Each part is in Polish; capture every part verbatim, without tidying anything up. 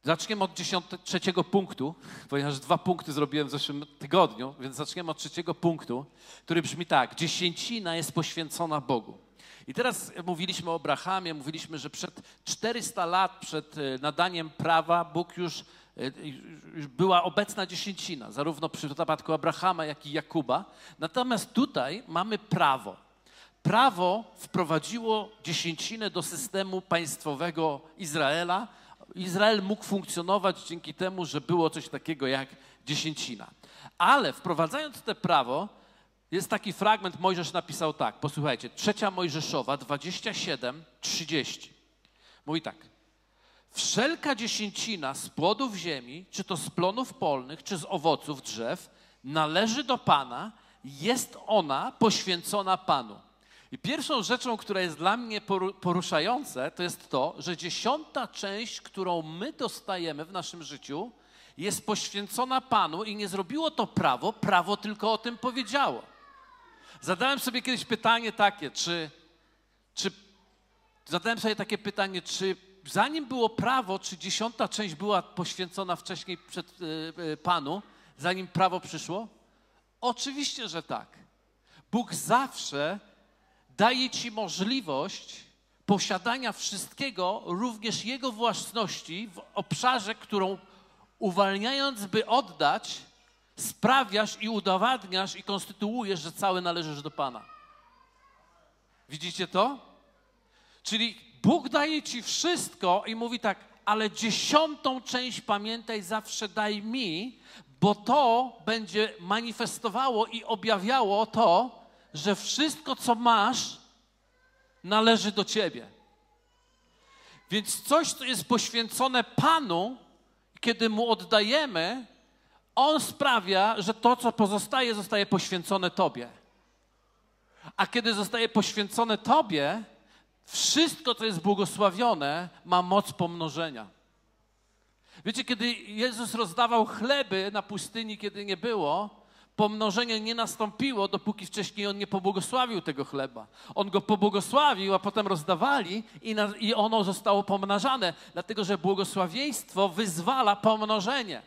Zaczniemy od dziesiątego, trzeciego punktu, ponieważ dwa punkty zrobiłem w zeszłym tygodniu, więc zaczniemy od trzeciego punktu, który brzmi tak. Dziesięcina jest poświęcona Bogu. I teraz mówiliśmy o Abrahamie, mówiliśmy, że przed czterysta lat przed nadaniem prawa Bóg już, już była obecna dziesięcina, zarówno przy przypadku Abrahama, jak i Jakuba. Natomiast tutaj mamy prawo. Prawo wprowadziło dziesięcinę do systemu państwowego Izraela. Izrael mógł funkcjonować dzięki temu, że było coś takiego jak dziesięcina. Ale wprowadzając to prawo, jest taki fragment, Mojżesz napisał tak, posłuchajcie, trzecia Mojżeszowa, dwadzieścia siedem, trzydzieści. Mówi tak, wszelka dziesięcina z płodów ziemi, czy to z plonów polnych, czy z owoców drzew, należy do Pana, jest ona poświęcona Panu. I pierwszą rzeczą, która jest dla mnie poruszające, to jest to, że dziesiąta część, którą my dostajemy w naszym życiu, jest poświęcona Panu i nie zrobiło to prawo, prawo tylko o tym powiedziało. Zadałem sobie kiedyś pytanie takie, czy, czy zadałem sobie takie pytanie, czy zanim było prawo, czy dziesiąta część była poświęcona wcześniej przed y, Panu, zanim prawo przyszło? Oczywiście, że tak. Bóg zawsze daje ci możliwość posiadania wszystkiego, również Jego własności w obszarze, którą uwalniając, by oddać, sprawiasz i udowadniasz i konstytuujesz, że cały należysz do Pana. Widzicie to? Czyli Bóg daje ci wszystko i mówi tak, ale dziesiątą część pamiętaj, zawsze daj mi, bo to będzie manifestowało i objawiało to, że wszystko, co masz, należy do Ciebie. Więc coś, co jest poświęcone Panu, kiedy Mu oddajemy, On sprawia, że to, co pozostaje, zostaje poświęcone Tobie. A kiedy zostaje poświęcone Tobie, wszystko, co jest błogosławione, ma moc pomnożenia. Wiecie, kiedy Jezus rozdawał chleby na pustyni, kiedy nie było, pomnożenie nie nastąpiło, dopóki wcześniej On nie pobłogosławił tego chleba. On go pobłogosławił, a potem rozdawali i, na, i ono zostało pomnażane, dlatego że błogosławieństwo wyzwala pomnożenie.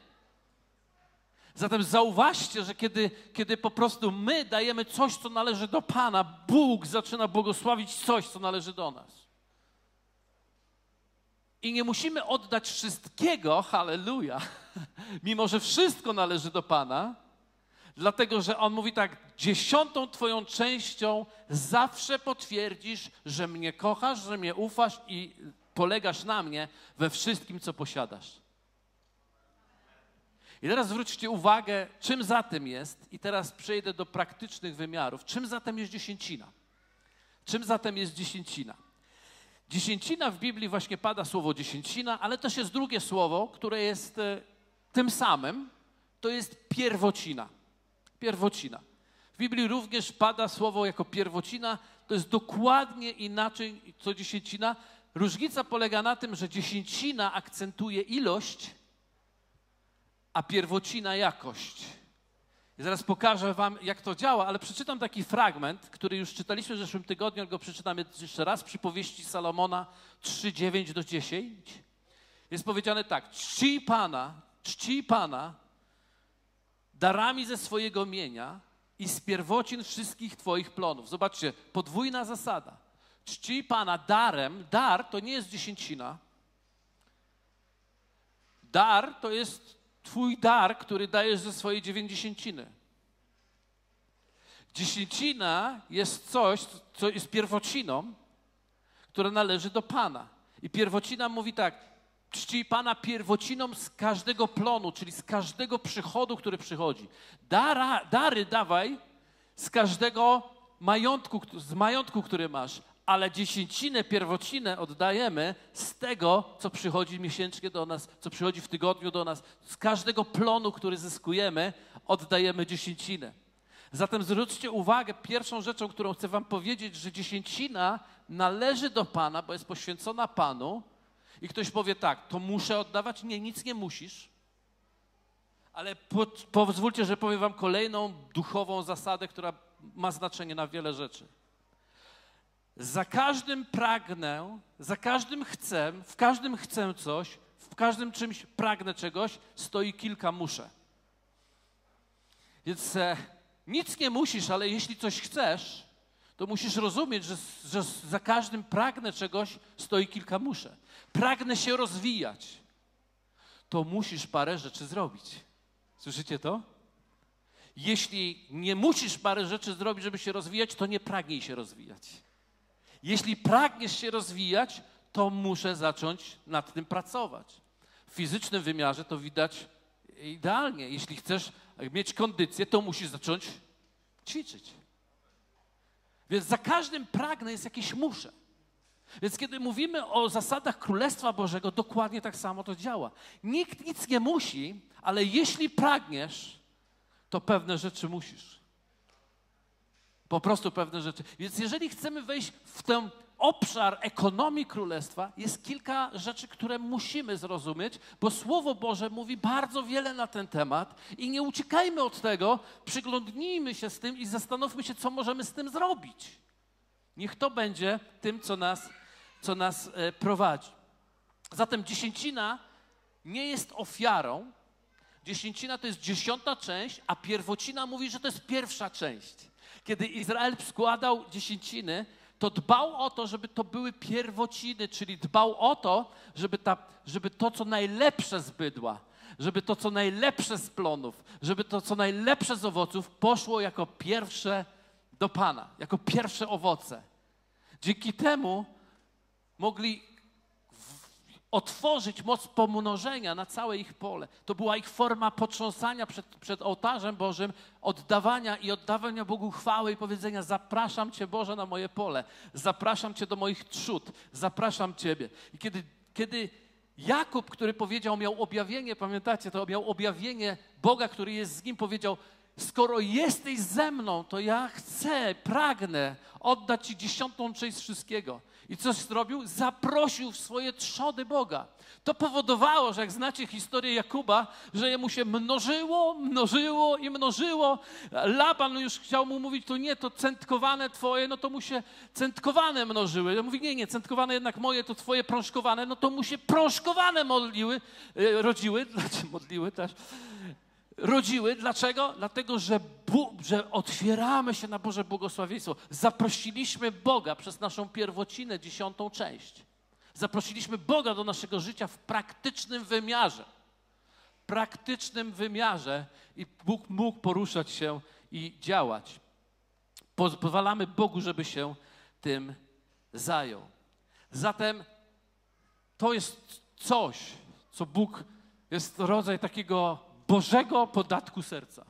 Zatem zauważcie, że kiedy, kiedy po prostu my dajemy coś, co należy do Pana, Bóg zaczyna błogosławić coś, co należy do nas. I nie musimy oddać wszystkiego, halleluja, mimo że wszystko należy do Pana, dlatego że On mówi tak, dziesiątą Twoją częścią zawsze potwierdzisz, że mnie kochasz, że mnie ufasz i polegasz na mnie we wszystkim, co posiadasz. I teraz zwróćcie uwagę, czym zatem jest, i teraz przejdę do praktycznych wymiarów, czym zatem jest dziesięcina. Czym zatem jest dziesięcina? Dziesięcina w Biblii właśnie pada słowo dziesięcina, ale też jest drugie słowo, które jest e, tym samym, to jest pierwocina. Pierwocina. W Biblii również pada słowo jako pierwocina, to jest dokładnie inaczej co dziesięcina. Różnica polega na tym, że dziesięcina akcentuje ilość, a pierwocina jakość. I zaraz pokażę wam, jak to działa, ale przeczytam taki fragment, który już czytaliśmy w zeszłym tygodniu, ale go przeczytam jeszcze raz, przypowieści Salomona trzy, dziewięć do dziesięć. Jest powiedziane tak, czcij Pana, czcij Pana darami ze swojego mienia i z pierwocin wszystkich Twoich plonów. Zobaczcie, podwójna zasada. Czcij Pana darem, dar to nie jest dziesięcina. Dar to jest Twój dar, który dajesz ze swojej dziewięćdziesięciny. Dziesięcina jest coś, co jest pierwociną, która należy do Pana. I pierwocina mówi tak, czcij Pana pierwociną z każdego plonu, czyli z każdego przychodu, który przychodzi. Dara, dary dawaj z każdego majątku, z majątku, który masz, ale dziesięcinę, pierwocinę oddajemy z tego, co przychodzi miesięcznie do nas, co przychodzi w tygodniu do nas. Z każdego plonu, który zyskujemy, oddajemy dziesięcinę. Zatem zwróćcie uwagę, pierwszą rzeczą, którą chcę wam powiedzieć, że dziesięcina należy do Pana, bo jest poświęcona Panu. I ktoś powie tak, to muszę oddawać? Nie, nic nie musisz. Ale po, pozwólcie, że powiem wam kolejną duchową zasadę, która ma znaczenie na wiele rzeczy. Za każdym pragnę, za każdym chcę, w każdym chcę coś, w każdym czymś pragnę czegoś, stoi kilka muszę. Więc e, nic nie musisz, ale jeśli coś chcesz, to musisz rozumieć, że, że za każdym pragnę czegoś stoi kilka muszę. Pragnę się rozwijać. To musisz parę rzeczy zrobić. Słyszycie to? Jeśli nie musisz parę rzeczy zrobić, żeby się rozwijać, to nie pragnij się rozwijać. Jeśli pragniesz się rozwijać, to muszę zacząć nad tym pracować. W fizycznym wymiarze to widać idealnie. Jeśli chcesz mieć kondycję, to musisz zacząć ćwiczyć. Więc za każdym pragnę jest jakieś muszę. Więc kiedy mówimy o zasadach Królestwa Bożego, dokładnie tak samo to działa. Nikt nic nie musi, ale jeśli pragniesz, to pewne rzeczy musisz. Po prostu pewne rzeczy. Więc jeżeli chcemy wejść w ten obszar ekonomii Królestwa, jest kilka rzeczy, które musimy zrozumieć, bo Słowo Boże mówi bardzo wiele na ten temat i nie uciekajmy od tego, przyglądnijmy się z tym i zastanówmy się, co możemy z tym zrobić. Niech to będzie tym, co nas, co nas e, prowadzi. Zatem dziesięcina nie jest ofiarą. Dziesięcina to jest dziesiąta część, a pierwocina mówi, że to jest pierwsza część. Kiedy Izrael składał dziesięciny, to dbał o to, żeby to były pierwociny, czyli dbał o to, żeby, ta, żeby to, co najlepsze z bydła, żeby to, co najlepsze z plonów, żeby to, co najlepsze z owoców poszło jako pierwsze do Pana, jako pierwsze owoce. Dzięki temu mogli otworzyć moc pomnożenia na całe ich pole. To była ich forma potrząsania przed, przed ołtarzem Bożym, oddawania i oddawania Bogu chwały i powiedzenia: zapraszam Cię, Boże, na moje pole, zapraszam Cię do moich trzód, zapraszam Ciebie. I kiedy, kiedy Jakub, który powiedział, miał objawienie, pamiętacie, to miał objawienie Boga, który jest z nim, powiedział: skoro jesteś ze mną, to ja chcę, pragnę oddać Ci dziesiątą część wszystkiego. I coś zrobił? Zaprosił w swoje trzody Boga. To powodowało, że jak znacie historię Jakuba, że jemu się mnożyło, mnożyło i mnożyło. Laban już chciał mu mówić: to nie, to centkowane twoje, no to mu się centkowane mnożyły. On mówi: nie, nie, centkowane jednak moje, to twoje prążkowane, no to mu się prążkowane modliły, rodziły, znaczy modliły też. Rodziły. Dlaczego? Dlatego, że, Bóg, że otwieramy się na Boże błogosławieństwo. Zaprosiliśmy Boga przez naszą pierwocinę, dziesiątą część. Zaprosiliśmy Boga do naszego życia w praktycznym wymiarze. Praktycznym wymiarze i Bóg mógł poruszać się i działać. Pozwalamy Bogu, żeby się tym zajął. Zatem to jest coś, co Bóg, jest rodzaj takiego Bożego podatku serca.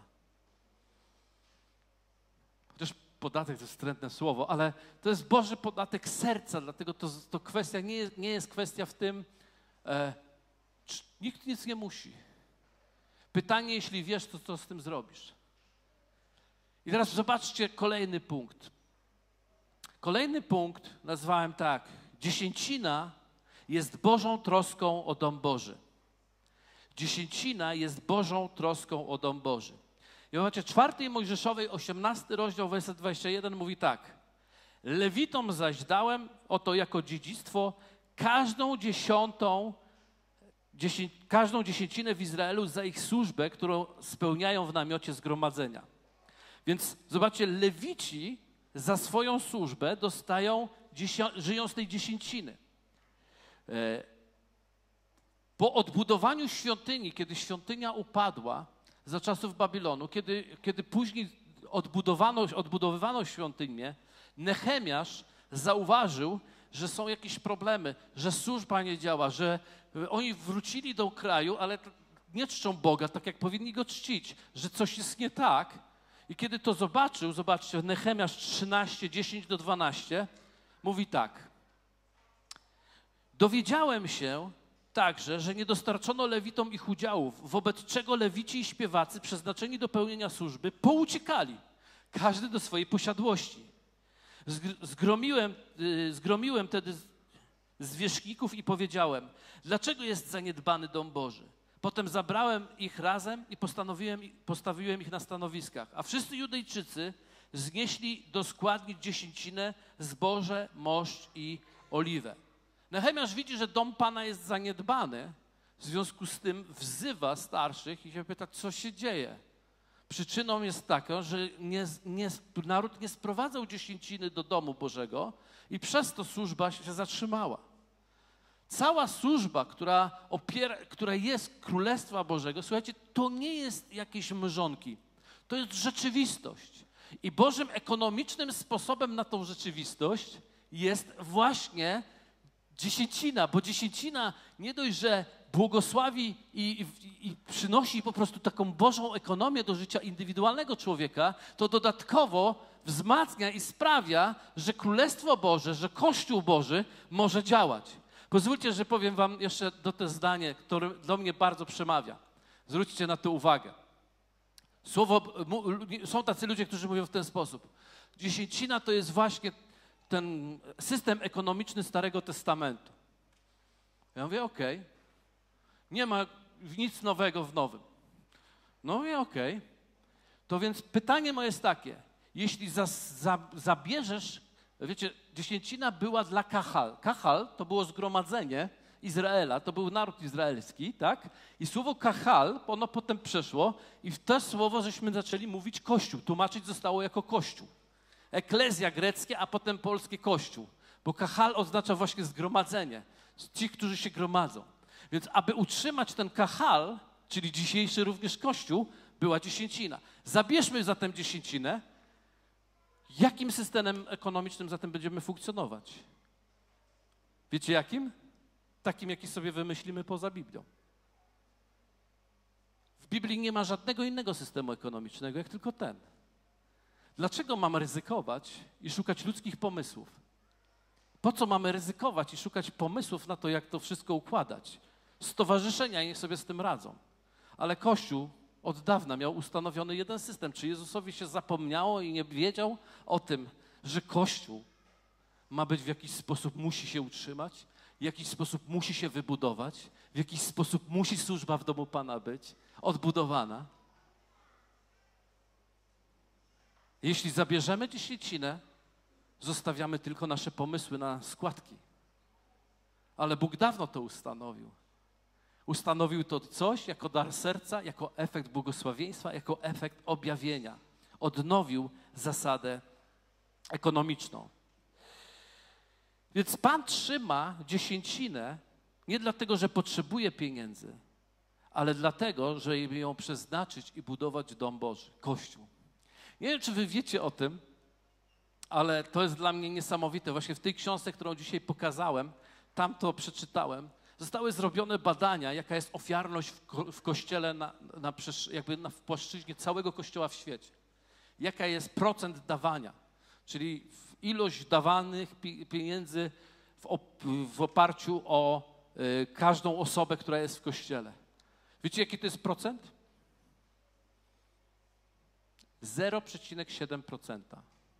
Chociaż podatek to jest wstrętne słowo, ale to jest Boży podatek serca, dlatego to, to kwestia nie jest, nie jest kwestia w tym, e, czy, nikt nic nie musi. Pytanie, jeśli wiesz, to co z tym zrobisz. I teraz zobaczcie kolejny punkt. Kolejny punkt nazwałem tak: dziesięcina jest Bożą troską o dom Boży. Dziesięcina jest Bożą troską o dom Boży. I zobaczcie, czwartej Mojżeszowej, osiemnasty rozdział, werset dwudziesty pierwszy mówi tak: Lewitom zaś dałem oto jako dziedzictwo każdą dziesiątą, dziesię, każdą dziesięcinę w Izraelu za ich służbę, którą spełniają w namiocie zgromadzenia. Więc zobaczcie, Lewici za swoją służbę dostają, żyją z tej dziesięciny. Po odbudowaniu świątyni, kiedy świątynia upadła za czasów Babilonu, kiedy, kiedy później odbudowano, odbudowywano świątynię, Nehemiasz zauważył, że są jakieś problemy, że służba nie działa, że oni wrócili do kraju, ale nie czczą Boga tak, jak powinni Go czcić, że coś jest nie tak. I kiedy to zobaczył, zobaczcie, Nehemiasz trzynaście, dziesięć do dwunastu, mówi tak: dowiedziałem się także, że nie dostarczono Lewitom ich udziałów, wobec czego Lewici i śpiewacy przeznaczeni do pełnienia służby pouciekali, każdy do swojej posiadłości. Zgromiłem, zgromiłem tedy zwierzchników i powiedziałem: dlaczego jest zaniedbany dom Boży? Potem zabrałem ich razem i postanowiłem, postawiłem ich na stanowiskach, a wszyscy Judejczycy znieśli do składnic dziesięcinę, zboże, moszcz i oliwę. Nehemiasz widzi, że dom Pana jest zaniedbany, W związku z tym wzywa starszych i się pyta, co się dzieje. Przyczyną jest taka, że nie, nie, naród nie sprowadzał dziesięciny do domu Bożego i przez to służba się zatrzymała. Cała służba, która, opiera, która jest Królestwa Bożego, słuchajcie, to nie jest jakieś mrzonki. To jest rzeczywistość. I Bożym ekonomicznym sposobem na tą rzeczywistość jest właśnie dziesięcina, bo dziesięcina nie dość, że błogosławi i, i, i przynosi po prostu taką Bożą ekonomię do życia indywidualnego człowieka, to dodatkowo wzmacnia i sprawia, że Królestwo Boże, że Kościół Boży może działać. Pozwólcie, że powiem wam jeszcze do te zdanie, które do mnie bardzo przemawia. Zwróćcie na to uwagę. Słowo, są tacy ludzie, którzy mówią w ten sposób. Dziesięcina to jest właśnie ten system ekonomiczny Starego Testamentu. Ja mówię, okej, okay. Nie ma nic nowego w Nowym. No mówię, okej. Okay. To więc pytanie moje jest takie, jeśli za, za, zabierzesz, wiecie, dziesięcina była dla Kahal. Kahal to było zgromadzenie Izraela, to był naród izraelski, tak? I słowo Kahal, ono potem przeszło i w to słowo żeśmy zaczęli mówić Kościół, tłumaczyć zostało jako Kościół. Eklezja greckie, a potem polskie Kościół, bo Kahal oznacza właśnie zgromadzenie, ci, którzy się gromadzą. Więc aby utrzymać ten Kahal, czyli dzisiejszy również Kościół, była dziesięcina. Zabierzmy zatem dziesięcinę. Jakim systemem ekonomicznym zatem będziemy funkcjonować? Wiecie jakim? Takim, jaki sobie wymyślimy poza Biblią. W Biblii nie ma żadnego innego systemu ekonomicznego, jak tylko ten. Dlaczego mamy ryzykować i szukać ludzkich pomysłów? Po co mamy ryzykować i szukać pomysłów na to, jak to wszystko układać? Stowarzyszenia niech sobie z tym radzą. Ale Kościół od dawna miał ustanowiony jeden system. Czy Jezusowi się zapomniało i nie wiedział o tym, że Kościół ma być w jakiś sposób, musi się utrzymać, w jakiś sposób musi się wybudować, w jakiś sposób musi służba w domu Pana być odbudowana? Jeśli zabierzemy dziesięcinę, zostawiamy tylko nasze pomysły na składki. Ale Bóg dawno to ustanowił. Ustanowił to coś jako dar serca, jako efekt błogosławieństwa, jako efekt objawienia. Odnowił zasadę ekonomiczną. Więc Pan trzyma dziesięcinę nie dlatego, że potrzebuje pieniędzy, ale dlatego, że żeby ją przeznaczyć i budować dom Boży, Kościół. Nie wiem, czy wy wiecie o tym, ale to jest dla mnie niesamowite. Właśnie w tej książce, którą dzisiaj pokazałem, tam to przeczytałem, zostały zrobione badania, jaka jest ofiarność w, ko w Kościele, na, na, jakby na, w płaszczyźnie całego Kościoła w świecie. Jaka jest procent dawania, czyli ilość dawanych pi pieniędzy w, op w oparciu o y, każdą osobę, która jest w Kościele. Wiecie, jaki to jest procent? zero przecinek siedem procent.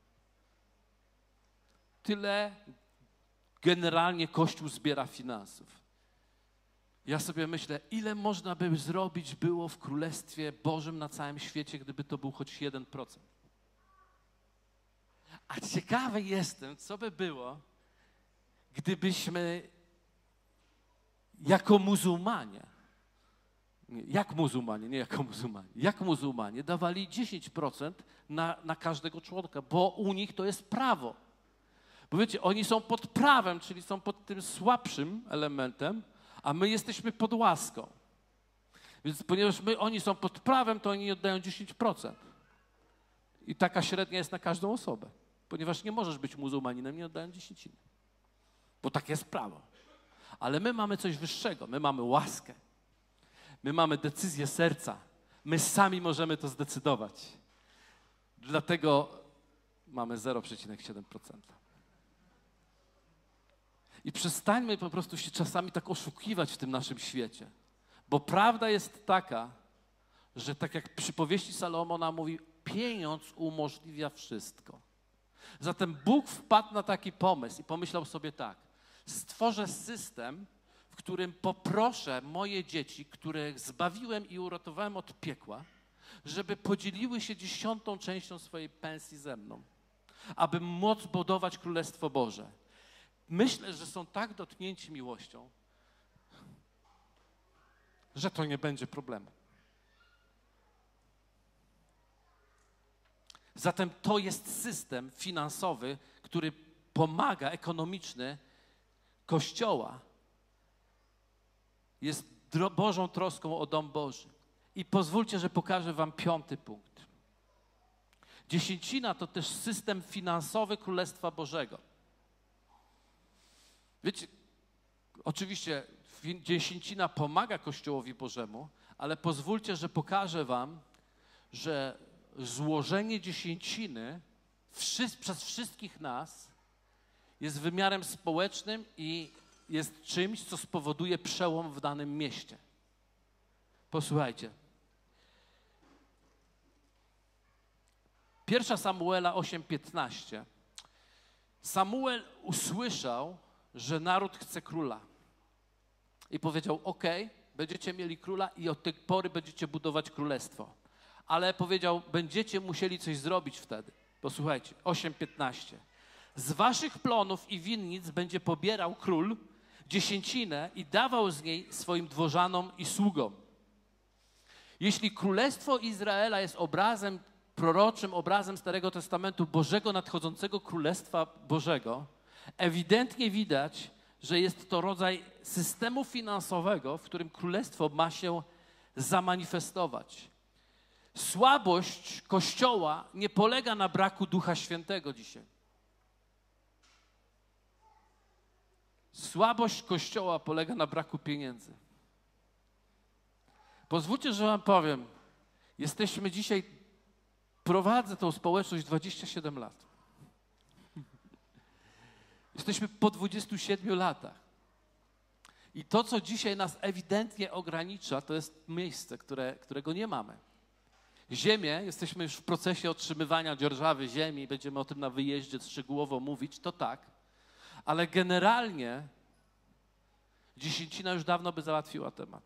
Tyle generalnie Kościół zbiera finansów. Ja sobie myślę, ile można by zrobić było w Królestwie Bożym na całym świecie, gdyby to był choć jeden procent. A ciekawy jestem, co by było, gdybyśmy jako muzułmanie, jak muzułmanie, nie jako muzułmanie, jak muzułmanie dawali dziesięć procent na, na każdego członka, bo u nich to jest prawo. Bo wiecie, oni są pod prawem, czyli są pod tym słabszym elementem, a my jesteśmy pod łaską. Więc ponieważ my, oni są pod prawem, to oni oddają dziesięć procent. I taka średnia jest na każdą osobę. Ponieważ nie możesz być muzułmaninem, nie oddając dziesięciny. Bo takie jest prawo. Ale my mamy coś wyższego. My mamy łaskę. My mamy decyzję serca. My sami możemy to zdecydować. Dlatego mamy zero przecinek siedem procent. I przestańmy po prostu się czasami tak oszukiwać w tym naszym świecie. Bo prawda jest taka, że tak jak przypowieści Salomona mówi, pieniądz umożliwia wszystko. Zatem Bóg wpadł na taki pomysł i pomyślał sobie tak, stworzę system, w którym poproszę moje dzieci, które zbawiłem i uratowałem od piekła, żeby podzieliły się dziesiątą częścią swojej pensji ze mną, aby móc budować Królestwo Boże. Myślę, że są tak dotknięci miłością, że to nie będzie problemu. Zatem to jest system finansowy, który pomaga, ekonomiczny Kościoła. Jest Bożą troską o dom Boży. I pozwólcie, że pokażę wam piąty punkt. Dziesięcina to też system finansowy Królestwa Bożego. Wiecie, oczywiście dziesięcina pomaga Kościołowi Bożemu, ale pozwólcie, że pokażę wam, że złożenie dziesięciny wszy- przez wszystkich nas jest wymiarem społecznym i jest czymś, co spowoduje przełom w danym mieście. Posłuchajcie. Pierwsza Samuela osiem piętnaście. Samuel usłyszał, że naród chce króla. I powiedział, ok, będziecie mieli króla i od tej pory będziecie budować królestwo. Ale powiedział, będziecie musieli coś zrobić wtedy. Posłuchajcie, osiem piętnaście. Z waszych plonów i winnic będzie pobierał król dziesięcinę i dawał z niej swoim dworzanom i sługom. Jeśli Królestwo Izraela jest obrazem proroczym, obrazem Starego Testamentu Bożego nadchodzącego Królestwa Bożego, ewidentnie widać, że jest to rodzaj systemu finansowego, w którym Królestwo ma się zamanifestować. Słabość Kościoła nie polega na braku Ducha Świętego dzisiaj. Słabość Kościoła polega na braku pieniędzy. Pozwólcie, że wam powiem, jesteśmy dzisiaj, prowadzę tą społeczność dwadzieścia siedem lat. Jesteśmy po dwudziestu siedmiu latach. I to, co dzisiaj nas ewidentnie ogranicza, to jest miejsce, które, którego nie mamy. Ziemię, jesteśmy już w procesie otrzymywania dzierżawy ziemi, będziemy o tym na wyjeździe szczegółowo mówić, to tak. Ale generalnie dziesięcina już dawno by załatwiła temat.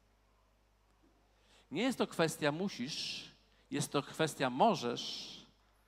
Nie jest to kwestia musisz, jest to kwestia możesz.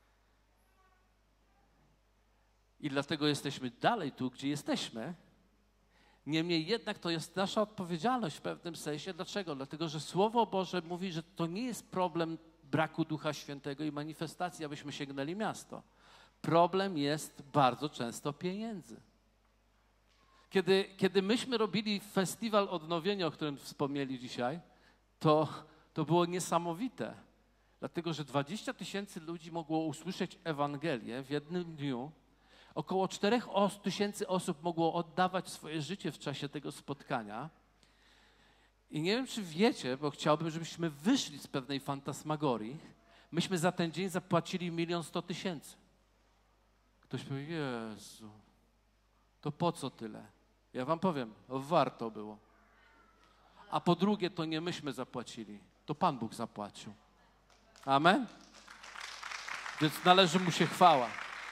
I dlatego jesteśmy dalej tu, gdzie jesteśmy. Niemniej jednak to jest nasza odpowiedzialność w pewnym sensie. Dlaczego? Dlatego, że Słowo Boże mówi, że to nie jest problem braku Ducha Świętego i manifestacji, abyśmy sięgnęli miasto. Problem jest bardzo często pieniędzy. Kiedy, kiedy myśmy robili festiwal odnowienia, o którym wspomnieli dzisiaj, to, to było niesamowite. Dlatego, że dwadzieścia tysięcy ludzi mogło usłyszeć Ewangelię w jednym dniu. Około czterech tysięcy osób mogło oddawać swoje życie w czasie tego spotkania. I nie wiem, czy wiecie, bo chciałbym, żebyśmy wyszli z pewnej fantasmagorii. Myśmy za ten dzień zapłacili milion sto tysięcy. Ktoś powie, Jezu, to po co tyle? Ja wam powiem, warto było. A po drugie, to nie myśmy zapłacili, to Pan Bóg zapłacił. Amen? Więc należy Mu się chwała.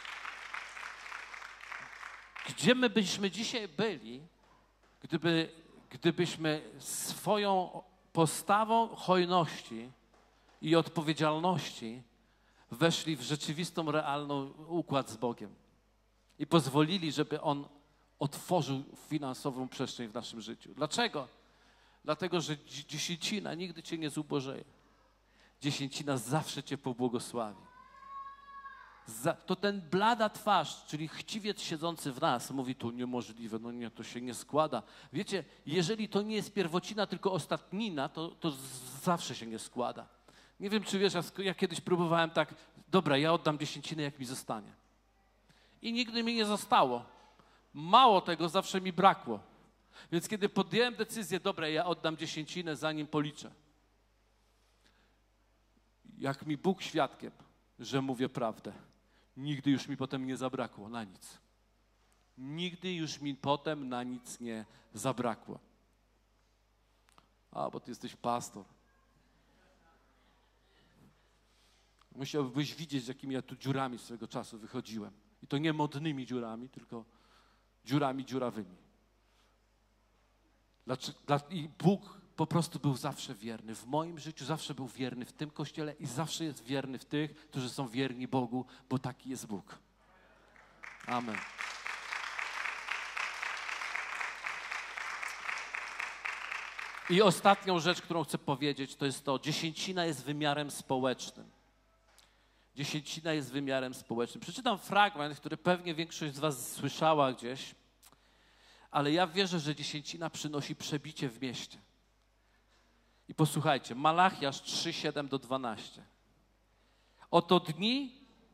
Gdzie my byśmy dzisiaj byli, gdyby, gdybyśmy swoją postawą hojności i odpowiedzialności weszli w rzeczywistą, realną układ z Bogiem i pozwolili, żeby On otworzył finansową przestrzeń w naszym życiu. Dlaczego? Dlatego, że dziesięcina nigdy cię nie zubożeje. Dziesięcina zawsze cię pobłogosławi. Za, to ten blada twarz, czyli chciwiec siedzący w nas, mówi tu niemożliwe, no nie, to się nie składa. Wiecie, jeżeli to nie jest pierwocina, tylko ostatnina, to, to zawsze się nie składa. Nie wiem, czy wiesz, ja, ja kiedyś próbowałem tak, dobra, ja oddam dziesięcinę, jak mi zostanie. I nigdy mi nie zostało. Mało tego, zawsze mi brakło. Więc kiedy podjąłem decyzję, dobra, ja oddam dziesięcinę, zanim policzę. Jak mi Bóg świadkiem, że mówię prawdę, nigdy już mi potem nie zabrakło na nic. Nigdy już mi potem na nic nie zabrakło. A, bo ty jesteś pastor. Musiałbyś widzieć, jakimi ja tu dziurami swego czasu wychodziłem. I to nie modnymi dziurami, tylko dziurami dziurawymi. I Bóg po prostu był zawsze wierny. W moim życiu zawsze był wierny w tym Kościele i zawsze jest wierny w tych, którzy są wierni Bogu, bo taki jest Bóg. Amen. I ostatnią rzecz, którą chcę powiedzieć, to jest to, dziesięcina jest wymiarem społecznym. Dziesięcina jest wymiarem społecznym. Przeczytam fragment, który pewnie większość z was słyszała gdzieś, ale ja wierzę, że dziesięcina przynosi przebicie w mieście. I posłuchajcie, Malachiasz trzy, siedem do dwunastu. Oto dni,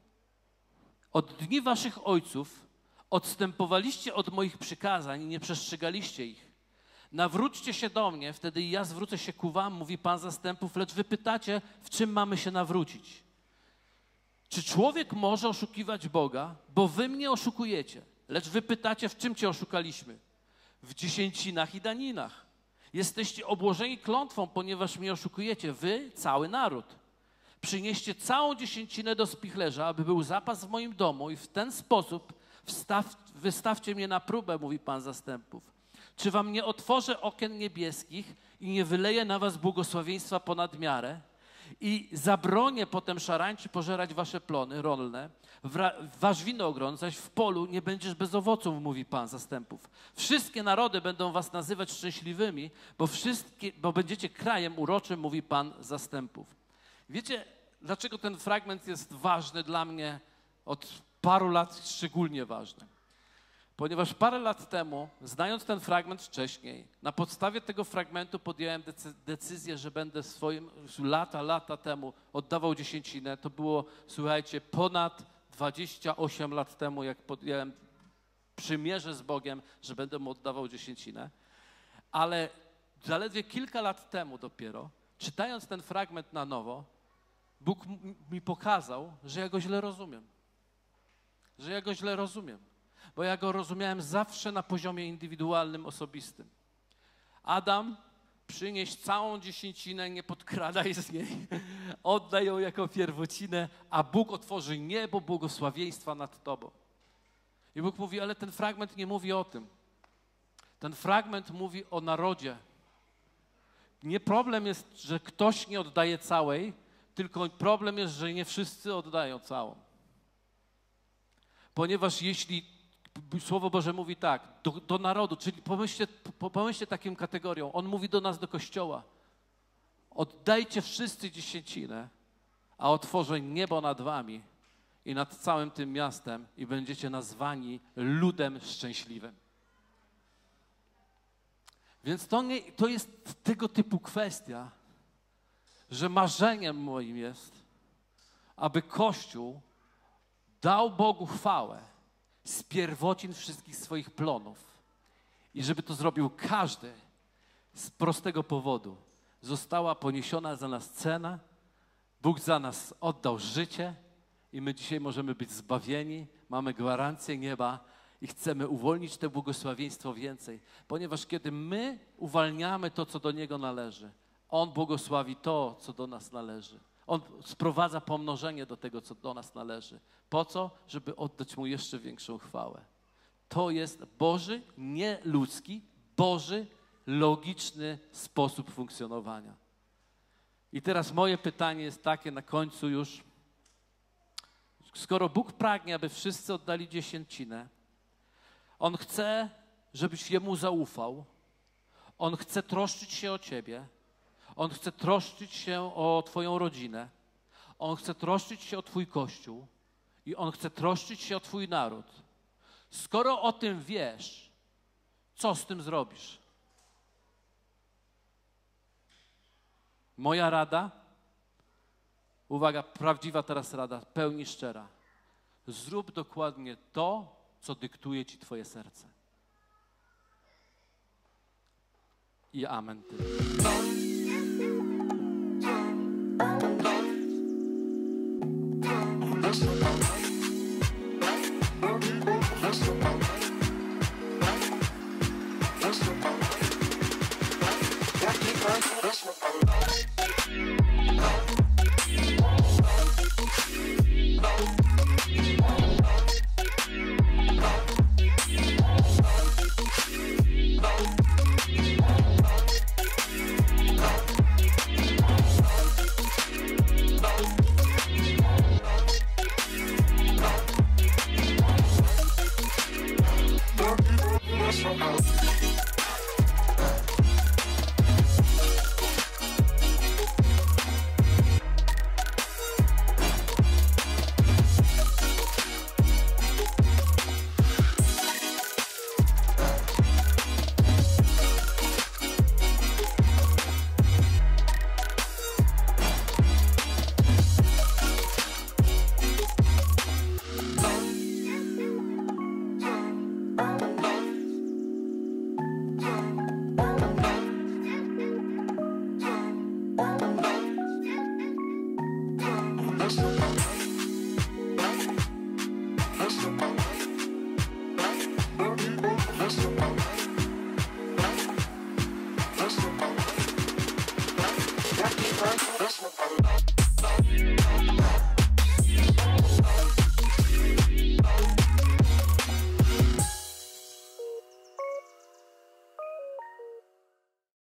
od dni waszych ojców odstępowaliście od moich przykazań i nie przestrzegaliście ich. Nawróćcie się do mnie, wtedy i ja zwrócę się ku wam, mówi Pan zastępów, lecz wy pytacie, w czym mamy się nawrócić. Czy człowiek może oszukiwać Boga? Bo wy mnie oszukujecie. Lecz wy pytacie, w czym cię oszukaliśmy? W dziesięcinach i daninach. Jesteście obłożeni klątwą, ponieważ mnie oszukujecie. Wy, cały naród. Przynieście całą dziesięcinę do spichlerza, aby był zapas w moim domu i w ten sposób wstaw, wystawcie mnie na próbę, mówi Pan zastępów. Czy wam nie otworzę okien niebieskich i nie wyleję na was błogosławieństwa ponad miarę? I zabronię potem szarańczy pożerać wasze plony rolne, wasz winogron, zaś w polu nie będziesz bez owoców, mówi Pan zastępów. Wszystkie narody będą was nazywać szczęśliwymi, bo, wszystkie, bo będziecie krajem uroczym, mówi Pan zastępów. Wiecie, dlaczego ten fragment jest ważny dla mnie od paru lat, szczególnie ważny? Ponieważ parę lat temu, znając ten fragment wcześniej, na podstawie tego fragmentu podjąłem decyzję, że będę swoim, lata, lata temu oddawał dziesięcinę. To było, słuchajcie, ponad dwadzieścia osiem lat temu, jak podjąłem przymierze z Bogiem, że będę mu oddawał dziesięcinę. Ale zaledwie kilka lat temu dopiero, czytając ten fragment na nowo, Bóg mi pokazał, że ja go źle rozumiem. Że ja go źle rozumiem. Bo ja go rozumiałem zawsze na poziomie indywidualnym, osobistym. Adam, przynieś całą dziesięcinę, nie podkradaj z niej, oddaj ją jako pierwocinę, a Bóg otworzy niebo błogosławieństwa nad tobą. I Bóg mówi, ale ten fragment nie mówi o tym. Ten fragment mówi o narodzie. Nie problem jest, że ktoś nie oddaje całej, tylko problem jest, że nie wszyscy oddają całą. Ponieważ jeśli Słowo Boże mówi tak, do, do narodu, czyli pomyślcie, pomyślcie taką kategorią, On mówi do nas, do Kościoła, oddajcie wszyscy dziesięcinę, a otworzę niebo nad wami i nad całym tym miastem i będziecie nazwani ludem szczęśliwym. Więc to, nie, to jest tego typu kwestia, że marzeniem moim jest, aby Kościół dał Bogu chwałę z pierwocin wszystkich swoich plonów i żeby to zrobił każdy z prostego powodu. Została poniesiona za nas cena, Bóg za nas oddał życie i my dzisiaj możemy być zbawieni, mamy gwarancję nieba i chcemy uwolnić to błogosławieństwo więcej, ponieważ kiedy my uwalniamy to, co do Niego należy, On błogosławi to, co do nas należy. On sprowadza pomnożenie do tego, co do nas należy. Po co? Żeby oddać Mu jeszcze większą chwałę. To jest Boży, nie ludzki, Boży, logiczny sposób funkcjonowania. I teraz moje pytanie jest takie na końcu już. Skoro Bóg pragnie, aby wszyscy oddali dziesięcinę, On chce, żebyś Jemu zaufał, On chce troszczyć się o ciebie, On chce troszczyć się o twoją rodzinę, On chce troszczyć się o twój Kościół i On chce troszczyć się o twój naród. Skoro o tym wiesz, co z tym zrobisz? Moja rada, uwaga, prawdziwa teraz rada, pełni szczera. Zrób dokładnie to, co dyktuje ci twoje serce. I amen. Weźmy ten